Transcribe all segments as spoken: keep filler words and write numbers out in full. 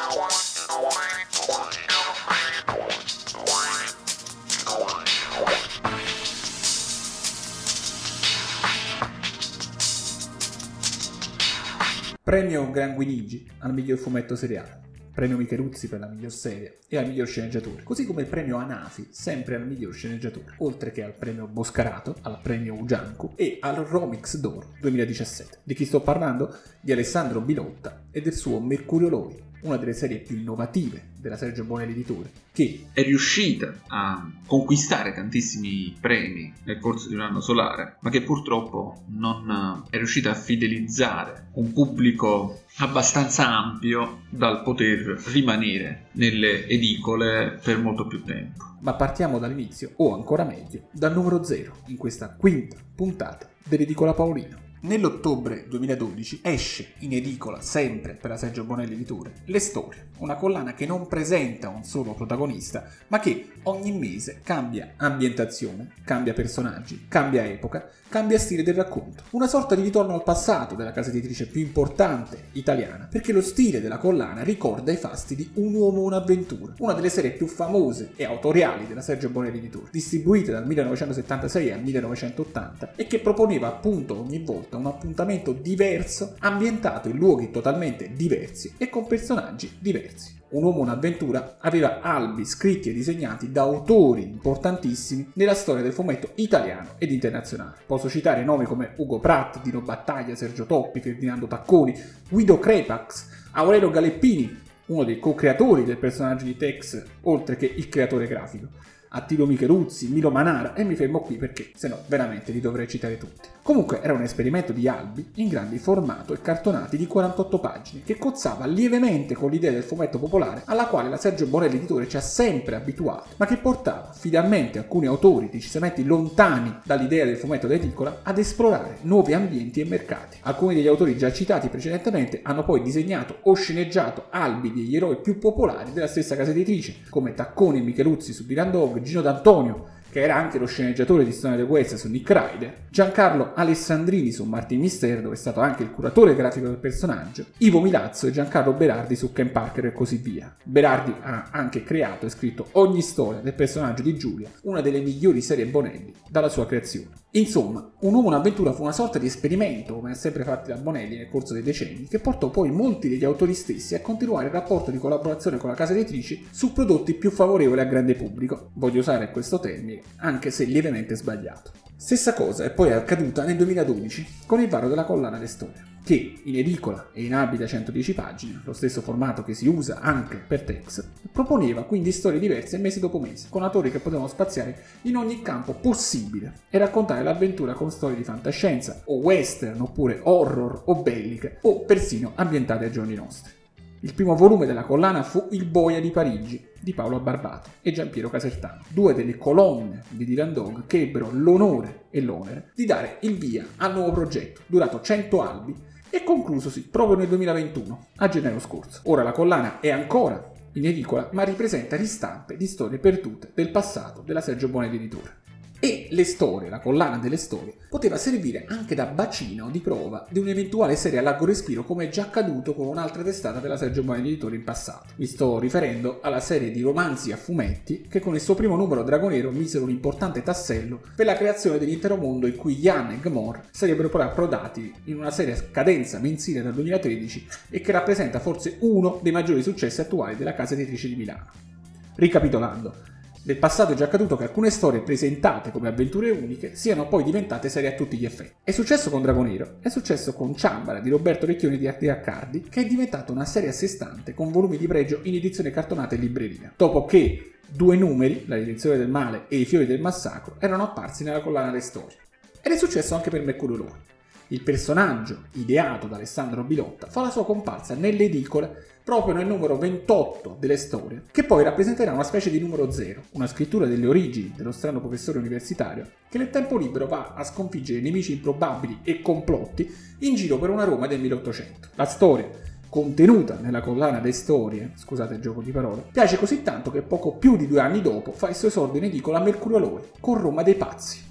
Premio Gran Guinigi al miglior fumetto seriale, premio Micheluzzi per la miglior serie e al miglior sceneggiatore, così come il premio Anafi sempre al miglior sceneggiatore, oltre che al premio Boscarato, al premio Ugianco e al Romix d'Oro duemiladiciassette. Di chi sto parlando? Di Alessandro Bilotta e del suo Mercurio Lori, una delle serie più innovative della Sergio Bonelli Editore, che è riuscita a conquistare tantissimi premi nel corso di un anno solare, ma che purtroppo non è riuscita a fidelizzare un pubblico abbastanza ampio dal poter rimanere nelle edicole per molto più tempo. Ma partiamo dall'inizio, o ancora meglio, dal numero zero, in questa quinta puntata dell'Edicola Paolino. Nell'ottobre duemiladodici esce in edicola, sempre per la Sergio Bonelli Editore, Le Storie, una collana che non presenta un solo protagonista, ma che ogni mese cambia ambientazione, cambia personaggi, cambia epoca, cambia stile del racconto. Una sorta di ritorno al passato della casa editrice più importante italiana, perché lo stile della collana ricorda i fasti di Un uomo un'avventura, una delle serie più famose e autoriali della Sergio Bonelli Editore, distribuita dal millenovecentosettantasei al millenovecentottanta e che proponeva appunto ogni volta un appuntamento diverso, ambientato in luoghi totalmente diversi e con personaggi diversi. Un uomo un'avventura aveva albi scritti e disegnati da autori importantissimi nella storia del fumetto italiano ed internazionale. Posso citare nomi come Ugo Pratt, Dino Battaglia, Sergio Toppi, Ferdinando Tacconi, Guido Crepax, Aurelio Galeppini, uno dei co-creatori del personaggio di Tex, oltre che il creatore grafico, Attilo Micheluzzi, Milo Manara, e mi fermo qui perché sennò veramente li dovrei citare tutti. Comunque era un esperimento di albi in grandi formato e cartonati di quarantotto pagine che cozzava lievemente con l'idea del fumetto popolare alla quale la Sergio Bonelli Editore ci ha sempre abituato, ma che portava finalmente alcuni autori decisamente lontani dall'idea del fumetto da edicola ad esplorare nuovi ambienti e mercati. Alcuni degli autori già citati precedentemente hanno poi disegnato o sceneggiato albi degli eroi più popolari della stessa casa editrice, come Tacconi e Micheluzzi su Dylan Dog, Gino D'Antonio, che era anche lo sceneggiatore di Storia del West su Nick Ryder, Giancarlo Alessandrini su Martin Mister, dove è stato anche il curatore grafico del personaggio, Ivo Milazzo e Giancarlo Berardi su Ken Parker e così via. Berardi ha anche creato e scritto ogni storia del personaggio di Giulia, una delle migliori serie Bonelli dalla sua creazione. Insomma, Un uomo un'avventura fu una sorta di esperimento, come ha sempre fatto da Bonelli nel corso dei decenni, che portò poi molti degli autori stessi a continuare il rapporto di collaborazione con la casa editrice su prodotti più favorevoli al grande pubblico. Voglio usare questo termine, anche se lievemente sbagliato. Stessa cosa è poi accaduta nel duemiladodici con il varo della collana Le Storie, che in edicola e in albi da centodieci pagine, lo stesso formato che si usa anche per Tex, proponeva quindi storie diverse mese dopo mese, con autori che potevano spaziare in ogni campo possibile e raccontare l'avventura con storie di fantascienza, o western, oppure horror o belliche, o persino ambientate ai giorni nostri. Il primo volume della collana fu Il Boia di Parigi, di Paolo Barbato e Giampiero Casertano, due delle colonne di Dylan Dog che ebbero l'onore e l'onere di dare il via al nuovo progetto, durato cento albi e conclusosi proprio nel duemilaventuno, a gennaio scorso. Ora la collana è ancora in edicola, ma ripresenta ristampe di storie perdute del passato della Sergio Bonelli Editore. E Le Storie, la collana delle storie, poteva servire anche da bacino di prova di un'eventuale serie a largo respiro, come è già accaduto con un'altra testata della Sergio Bonelli Editore in passato. Mi sto riferendo alla serie di romanzi a fumetti che con il suo primo numero Dragonero misero un importante tassello per la creazione dell'intero mondo in cui Jan e Gmor sarebbero poi approdati in una serie a cadenza mensile dal duemilatredici e che rappresenta forse uno dei maggiori successi attuali della casa editrice di Milano. Ricapitolando, nel passato è già accaduto che alcune storie presentate come avventure uniche siano poi diventate serie a tutti gli effetti. È successo con Dragonero, è successo con Ciambara di Roberto Recchioni di Arte Accardi, che è diventata una serie a sé stante con volumi di pregio in edizione cartonata e libreria, dopo che due numeri, La Direzione del Male e I Fiori del Massacro, erano apparsi nella collana Le Storie. Ed è successo anche per Mercurio Lori. Il personaggio, ideato da Alessandro Bilotta, fa la sua comparsa nelle edicole proprio nel numero ventotto delle storie, che poi rappresenterà una specie di numero zero, una scrittura delle origini dello strano professore universitario che nel tempo libero va a sconfiggere nemici improbabili e complotti in giro per una Roma del milleottocento. La storia, contenuta nella collana Le Storie, scusate il gioco di parole, piace così tanto che poco più di due anni dopo fa il suo esordio in edicola a Mercurio Lori, con Roma dei Pazzi.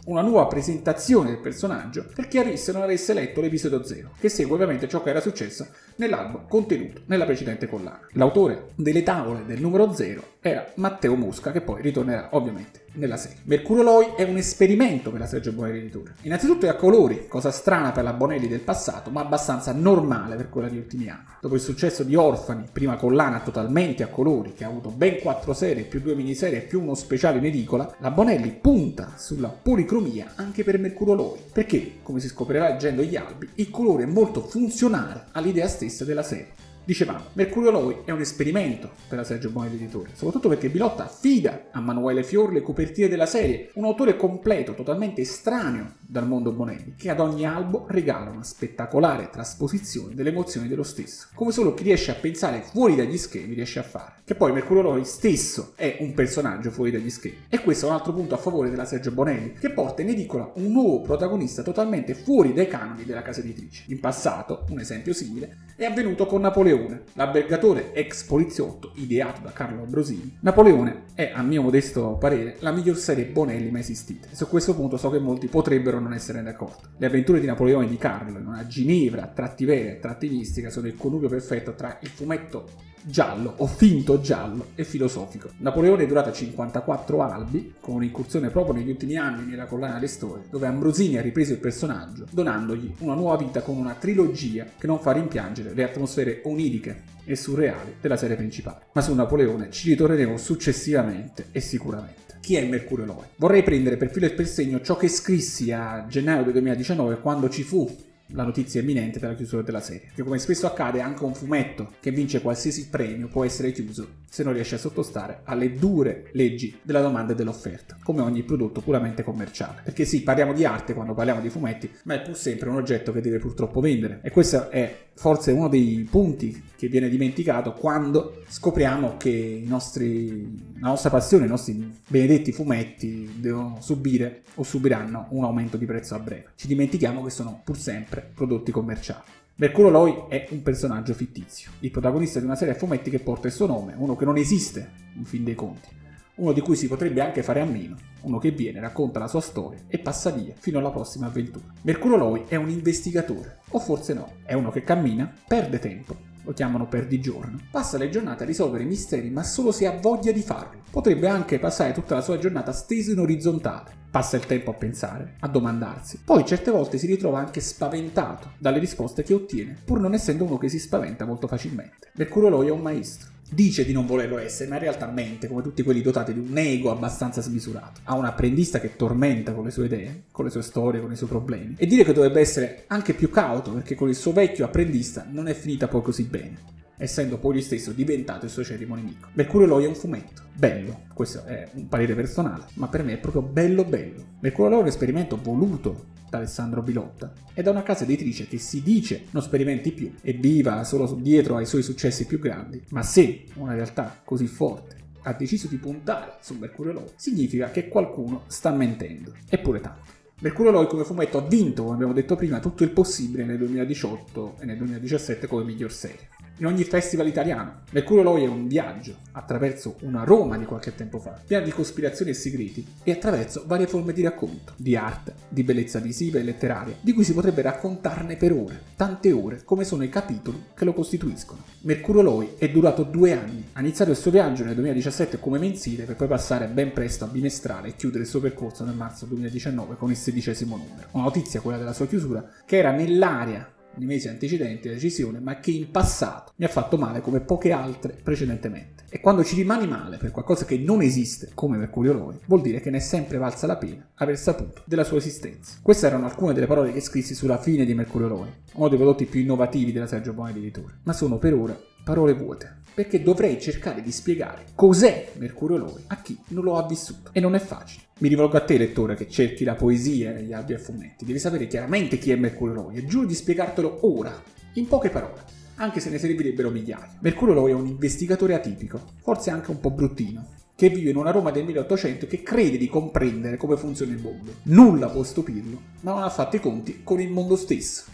una nuova presentazione del personaggio per chi avesse non avesse letto l'episodio zero, che segue ovviamente ciò che era successo nell'albo contenuto nella precedente collana. L'autore delle tavole del numero zero era Matteo Mosca, che poi ritornerà ovviamente nella serie. Mercurio Loi è un esperimento per la Sergio Bonelli Editore. Innanzitutto è a colori, cosa strana per la Bonelli del passato, ma abbastanza normale per quella di ultimi anni. Dopo il successo di Orfani, prima collana totalmente a colori, che ha avuto ben quattro serie, più due miniserie, più uno speciale in edicola, la Bonelli punta sulla policromia anche per Mercurio Loi, perché, come si scoprirà leggendo gli albi, il colore è molto funzionale all'idea stessa della serie. Dicevamo, Mercurio Loi è un esperimento per la Sergio Bonelli Editore, soprattutto perché Bilotta affida a Manuele Fior le copertine della serie, un autore completo, totalmente estraneo dal mondo Bonelli, che ad ogni albo regala una spettacolare trasposizione delle emozioni dello stesso, come solo chi riesce a pensare fuori dagli schemi riesce a fare. Che poi Mercurio Loi stesso è un personaggio fuori dagli schemi, e questo è un altro punto a favore della Sergio Bonelli, che porta in edicola un nuovo protagonista totalmente fuori dai canoni della casa editrice. In passato, un esempio simile, è avvenuto con Napoleone, l'albergatore ex poliziotto ideato da Carlo Ambrosini. Napoleone è, a mio modesto parere, la miglior serie Bonelli mai esistita. E su questo punto so che molti potrebbero non essere d'accordo. Le avventure di Napoleone di Carlo, in una Ginevra a tratti vera e a tratti mistica, sono il connubio perfetto tra il fumetto giallo o finto giallo e filosofico. Napoleone è durata cinquantaquattro albi, con un'incursione proprio negli ultimi anni nella collana Le Storie, dove Ambrosini ha ripreso il personaggio, donandogli una nuova vita con una trilogia che non fa rimpiangere le atmosfere oniriche e surreali della serie principale. Ma su Napoleone ci ritorneremo successivamente e sicuramente. Chi è Mercurio Loi? Vorrei prendere per filo e per segno ciò che scrissi a gennaio del duemiladiciannove, quando ci fu la notizia imminente della chiusura della serie, che come spesso accade anche un fumetto che vince qualsiasi premio può essere chiuso se non riesce a sottostare alle dure leggi della domanda e dell'offerta, come ogni prodotto puramente commerciale. Perché sì, parliamo di arte quando parliamo di fumetti, ma è pur sempre un oggetto che deve purtroppo vendere, e questo è forse uno dei punti che viene dimenticato quando scopriamo che i nostri, la nostra passione, i nostri benedetti fumetti devono subire o subiranno un aumento di prezzo a breve. Ci dimentichiamo che sono pur sempre prodotti commerciali. Mercurio Loi è un personaggio fittizio, il protagonista di una serie a fumetti che porta il suo nome, uno che non esiste in fin dei conti, uno di cui si potrebbe anche fare a meno, uno che viene, racconta la sua storia e passa via fino alla prossima avventura. Mercurio Loi è un investigatore, o forse no, è uno che cammina, perde tempo, lo chiamano perdigiorno, passa le giornate a risolvere misteri ma solo se ha voglia di farlo. Potrebbe anche passare tutta la sua giornata steso in orizzontale, passa il tempo a pensare, a domandarsi, poi certe volte si ritrova anche spaventato dalle risposte che ottiene, pur non essendo uno che si spaventa molto facilmente. Mercurio Loi è un maestro. Dice di non volerlo essere, ma in realtà mente, come tutti quelli dotati di un ego abbastanza smisurato. Ha un apprendista che tormenta con le sue idee, con le sue storie, con i suoi problemi. E dire che dovrebbe essere anche più cauto, perché con il suo vecchio apprendista non è finita poi così bene, essendo poi lui stesso diventato il suo acerrimo nemico. Mercurio Loi è un fumetto. Bello. Questo è un parere personale, ma per me è proprio bello bello. Mercurio Loi è un esperimento voluto da Alessandro Bilotta e da una casa editrice che si dice non sperimenti più e viva solo dietro ai suoi successi più grandi, ma se una realtà così forte ha deciso di puntare su Mercurio Loi, significa che qualcuno sta mentendo, eppure tanto. Mercurio Loi come fumetto ha vinto, come abbiamo detto prima, tutto il possibile nel duemiladiciotto e nel duemiladiciassette come miglior serie. In ogni festival italiano, Mercurio Loi è un viaggio attraverso una Roma di qualche tempo fa, piena di cospirazioni e segreti, e attraverso varie forme di racconto, di arte, di bellezza visiva e letteraria, di cui si potrebbe raccontarne per ore, tante ore, come sono i capitoli che lo costituiscono. Mercurio Loi è durato due anni, ha iniziato il suo viaggio nel duemiladiciassette come mensile per poi passare ben presto a bimestrale e chiudere il suo percorso nel marzo duemiladiciannove con il sedicesimo numero. Una notizia, quella della sua chiusura, che era nell'area nei mesi antecedenti alla decisione, ma che in passato mi ha fatto male come poche altre precedentemente. E quando ci rimani male per qualcosa che non esiste, come Mercurio Loi, vuol dire che ne è sempre valsa la pena aver saputo della sua esistenza. Queste erano alcune delle parole che scrissi sulla fine di Mercurio Loi, uno dei prodotti più innovativi della Sergio Bonelli Editore, ma sono per ora parole vuote, perché dovrei cercare di spiegare cos'è Mercurio Loi a chi non lo ha vissuto, e non è facile. Mi rivolgo a te, lettore, che cerchi la poesia negli albi a fumetti. Devi sapere chiaramente chi è Mercurio Loi e giuro di spiegartelo ora, in poche parole, anche se ne servirebbero migliaia. Mercurio Loi è un investigatore atipico, forse anche un po' bruttino, che vive in una Roma del milleottocento e che crede di comprendere come funziona il mondo. Nulla può stupirlo, ma non ha fatto i conti con il mondo stesso.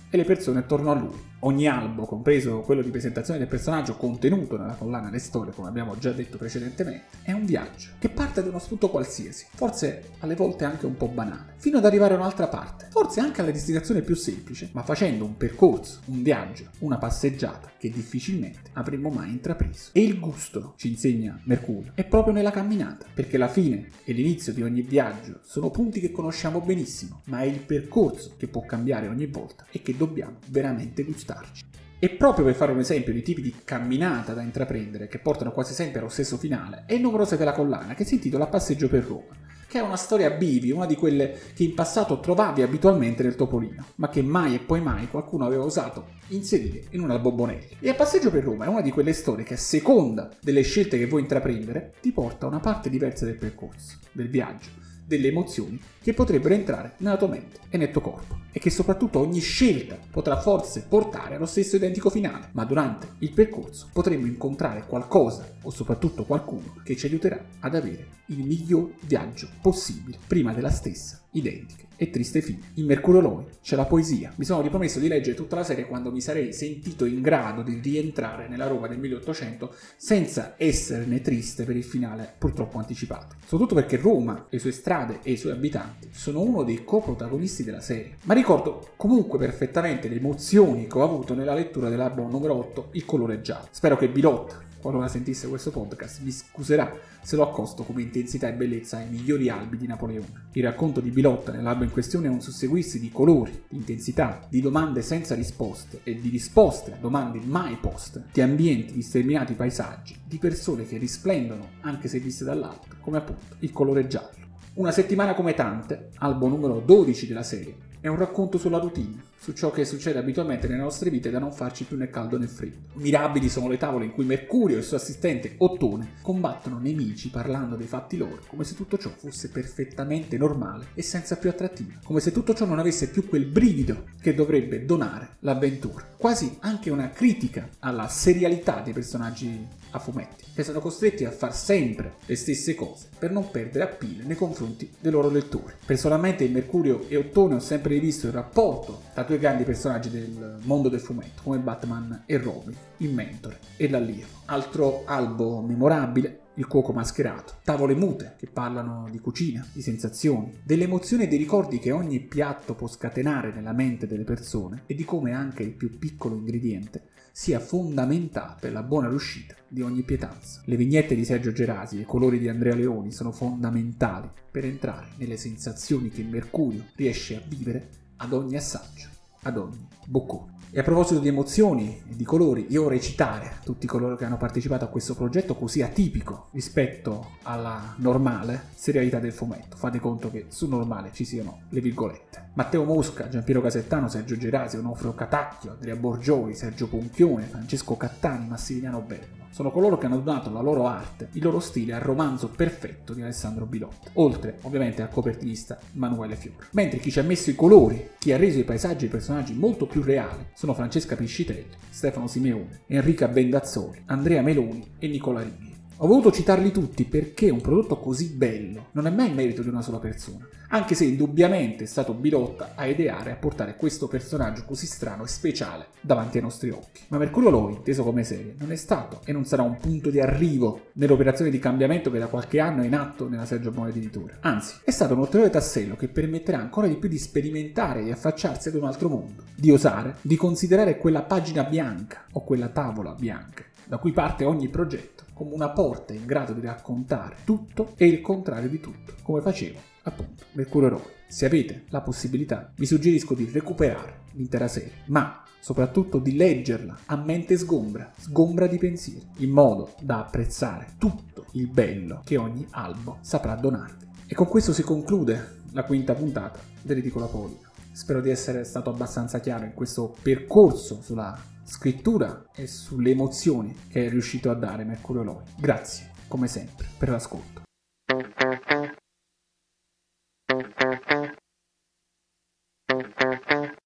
e le persone attorno a lui. Ogni albo, compreso quello di presentazione del personaggio contenuto nella collana Le Storie, come abbiamo già detto precedentemente, è un viaggio che parte da uno spunto qualsiasi, forse alle volte anche un po' banale, fino ad arrivare a un'altra parte, forse anche alla destinazione più semplice, ma facendo un percorso, un viaggio, una passeggiata che difficilmente avremmo mai intrapreso. E il gusto, ci insegna Mercurio, è proprio nella camminata, perché la fine e l'inizio di ogni viaggio sono punti che conosciamo benissimo, ma è il percorso che può cambiare ogni volta e che dobbiamo veramente gustare. E proprio per fare un esempio di tipi di camminata da intraprendere che portano quasi sempre allo stesso finale, è il numero sei della collana, che si intitola Passeggio per Roma, che è una storia bivi, una di quelle che in passato trovavi abitualmente nel Topolino, ma che mai e poi mai qualcuno aveva osato inserire in un albo Bonelli. E a Passeggio per Roma è una di quelle storie che, a seconda delle scelte che vuoi intraprendere, ti porta a una parte diversa del percorso, del viaggio, delle emozioni che potrebbero entrare nella tua mente e nel tuo corpo, e che soprattutto ogni scelta potrà forse portare allo stesso identico finale, ma durante il percorso potremo incontrare qualcosa o soprattutto qualcuno che ci aiuterà ad avere il miglior viaggio possibile prima della stessa identica e triste fine. In Mercurio Loi c'è la poesia. Mi sono ripromesso di leggere tutta la serie quando mi sarei sentito in grado di rientrare nella Roma del milleottocento senza esserne triste per il finale purtroppo anticipato. Soprattutto perché Roma, le sue strade e i suoi abitanti sono uno dei coprotagonisti della serie. Ma ricordo comunque perfettamente le emozioni che ho avuto nella lettura dell'album numero otto, Il colore giallo. Spero che Bilotta, qualora sentisse questo podcast, mi scuserà se lo accosto come intensità e bellezza ai migliori albi di Napoleone. Il racconto di Bilotta nell'albo in questione è un susseguirsi di colori, di intensità, di domande senza risposte e di risposte a domande mai poste, di ambienti, di sterminati paesaggi, di persone che risplendono, anche se viste dall'alto, come appunto il colore giallo. Una settimana come tante, albo numero dodici della serie, è un racconto sulla routine, su ciò che succede abitualmente nelle nostre vite da non farci più né caldo né freddo. Mirabili sono le tavole in cui Mercurio e il suo assistente Ottone combattono nemici parlando dei fatti loro, come se tutto ciò fosse perfettamente normale e senza più attrattiva, come se tutto ciò non avesse più quel brivido che dovrebbe donare l'avventura. Quasi anche una critica alla serialità dei personaggi a fumetti, che sono costretti a far sempre le stesse cose per non perdere appile nei confronti dei loro lettori. Personalmente in Mercurio e Ottone ho sempre rivisto il rapporto tra due grandi personaggi del mondo del fumetto, come Batman e Robin, il mentore e l'allievo. Altro albo memorabile, Il cuoco mascherato. Tavole mute che parlano di cucina, di sensazioni, delle emozioni e dei ricordi che ogni piatto può scatenare nella mente delle persone e di come anche il più piccolo ingrediente sia fondamentale per la buona riuscita di ogni pietanza. Le vignette di Sergio Gerasi e i colori di Andrea Leoni sono fondamentali per entrare nelle sensazioni che Mercurio riesce a vivere ad ogni assaggio, ad ogni boccone. E a proposito di emozioni e di colori, io vorrei citare tutti coloro che hanno partecipato a questo progetto così atipico rispetto alla normale serialità del fumetto. Fate conto che su normale ci siano le virgolette. Matteo Mosca, Giampiero Casettano, Sergio Gerasi, Onofrio Catacchio, Andrea Borgioli, Sergio Ponchione, Francesco Cattani, Massimiliano Bergamo. Sono coloro che hanno donato la loro arte, il loro stile al romanzo perfetto di Alessandro Bilotta, oltre ovviamente al copertinista Emanuele Fiore. Mentre chi ci ha messo i colori, chi ha reso i paesaggi e i personaggi molto più reali, sono Francesca Piscitelli, Stefano Simeone, Enrica Bendazzoli, Andrea Meloni e Nicola Righi. Ho voluto citarli tutti perché un prodotto così bello non è mai il merito di una sola persona, anche se indubbiamente è stato Bilotta a ideare e a portare questo personaggio così strano e speciale davanti ai nostri occhi. Ma Mercurio Loi, inteso come serie, non è stato e non sarà un punto di arrivo nell'operazione di cambiamento che da qualche anno è in atto nella Sergio Bonelli Editore. Anzi, è stato un ulteriore tassello che permetterà ancora di più di sperimentare e di affacciarsi ad un altro mondo, di osare, di considerare quella pagina bianca o quella tavola bianca da cui parte ogni progetto come una porta in grado di raccontare tutto e il contrario di tutto, come faceva appunto Mercurio Loi. Se avete la possibilità, vi suggerisco di recuperare l'intera serie, ma soprattutto di leggerla a mente sgombra, sgombra di pensieri, in modo da apprezzare tutto il bello che ogni albo saprà donarvi. E con questo si conclude la quinta puntata dell'Edicola Paolino. Spero di essere stato abbastanza chiaro in questo percorso sulla scrittura e sulle emozioni che è riuscito a dare Mercurio Loi. Grazie, come sempre, per l'ascolto.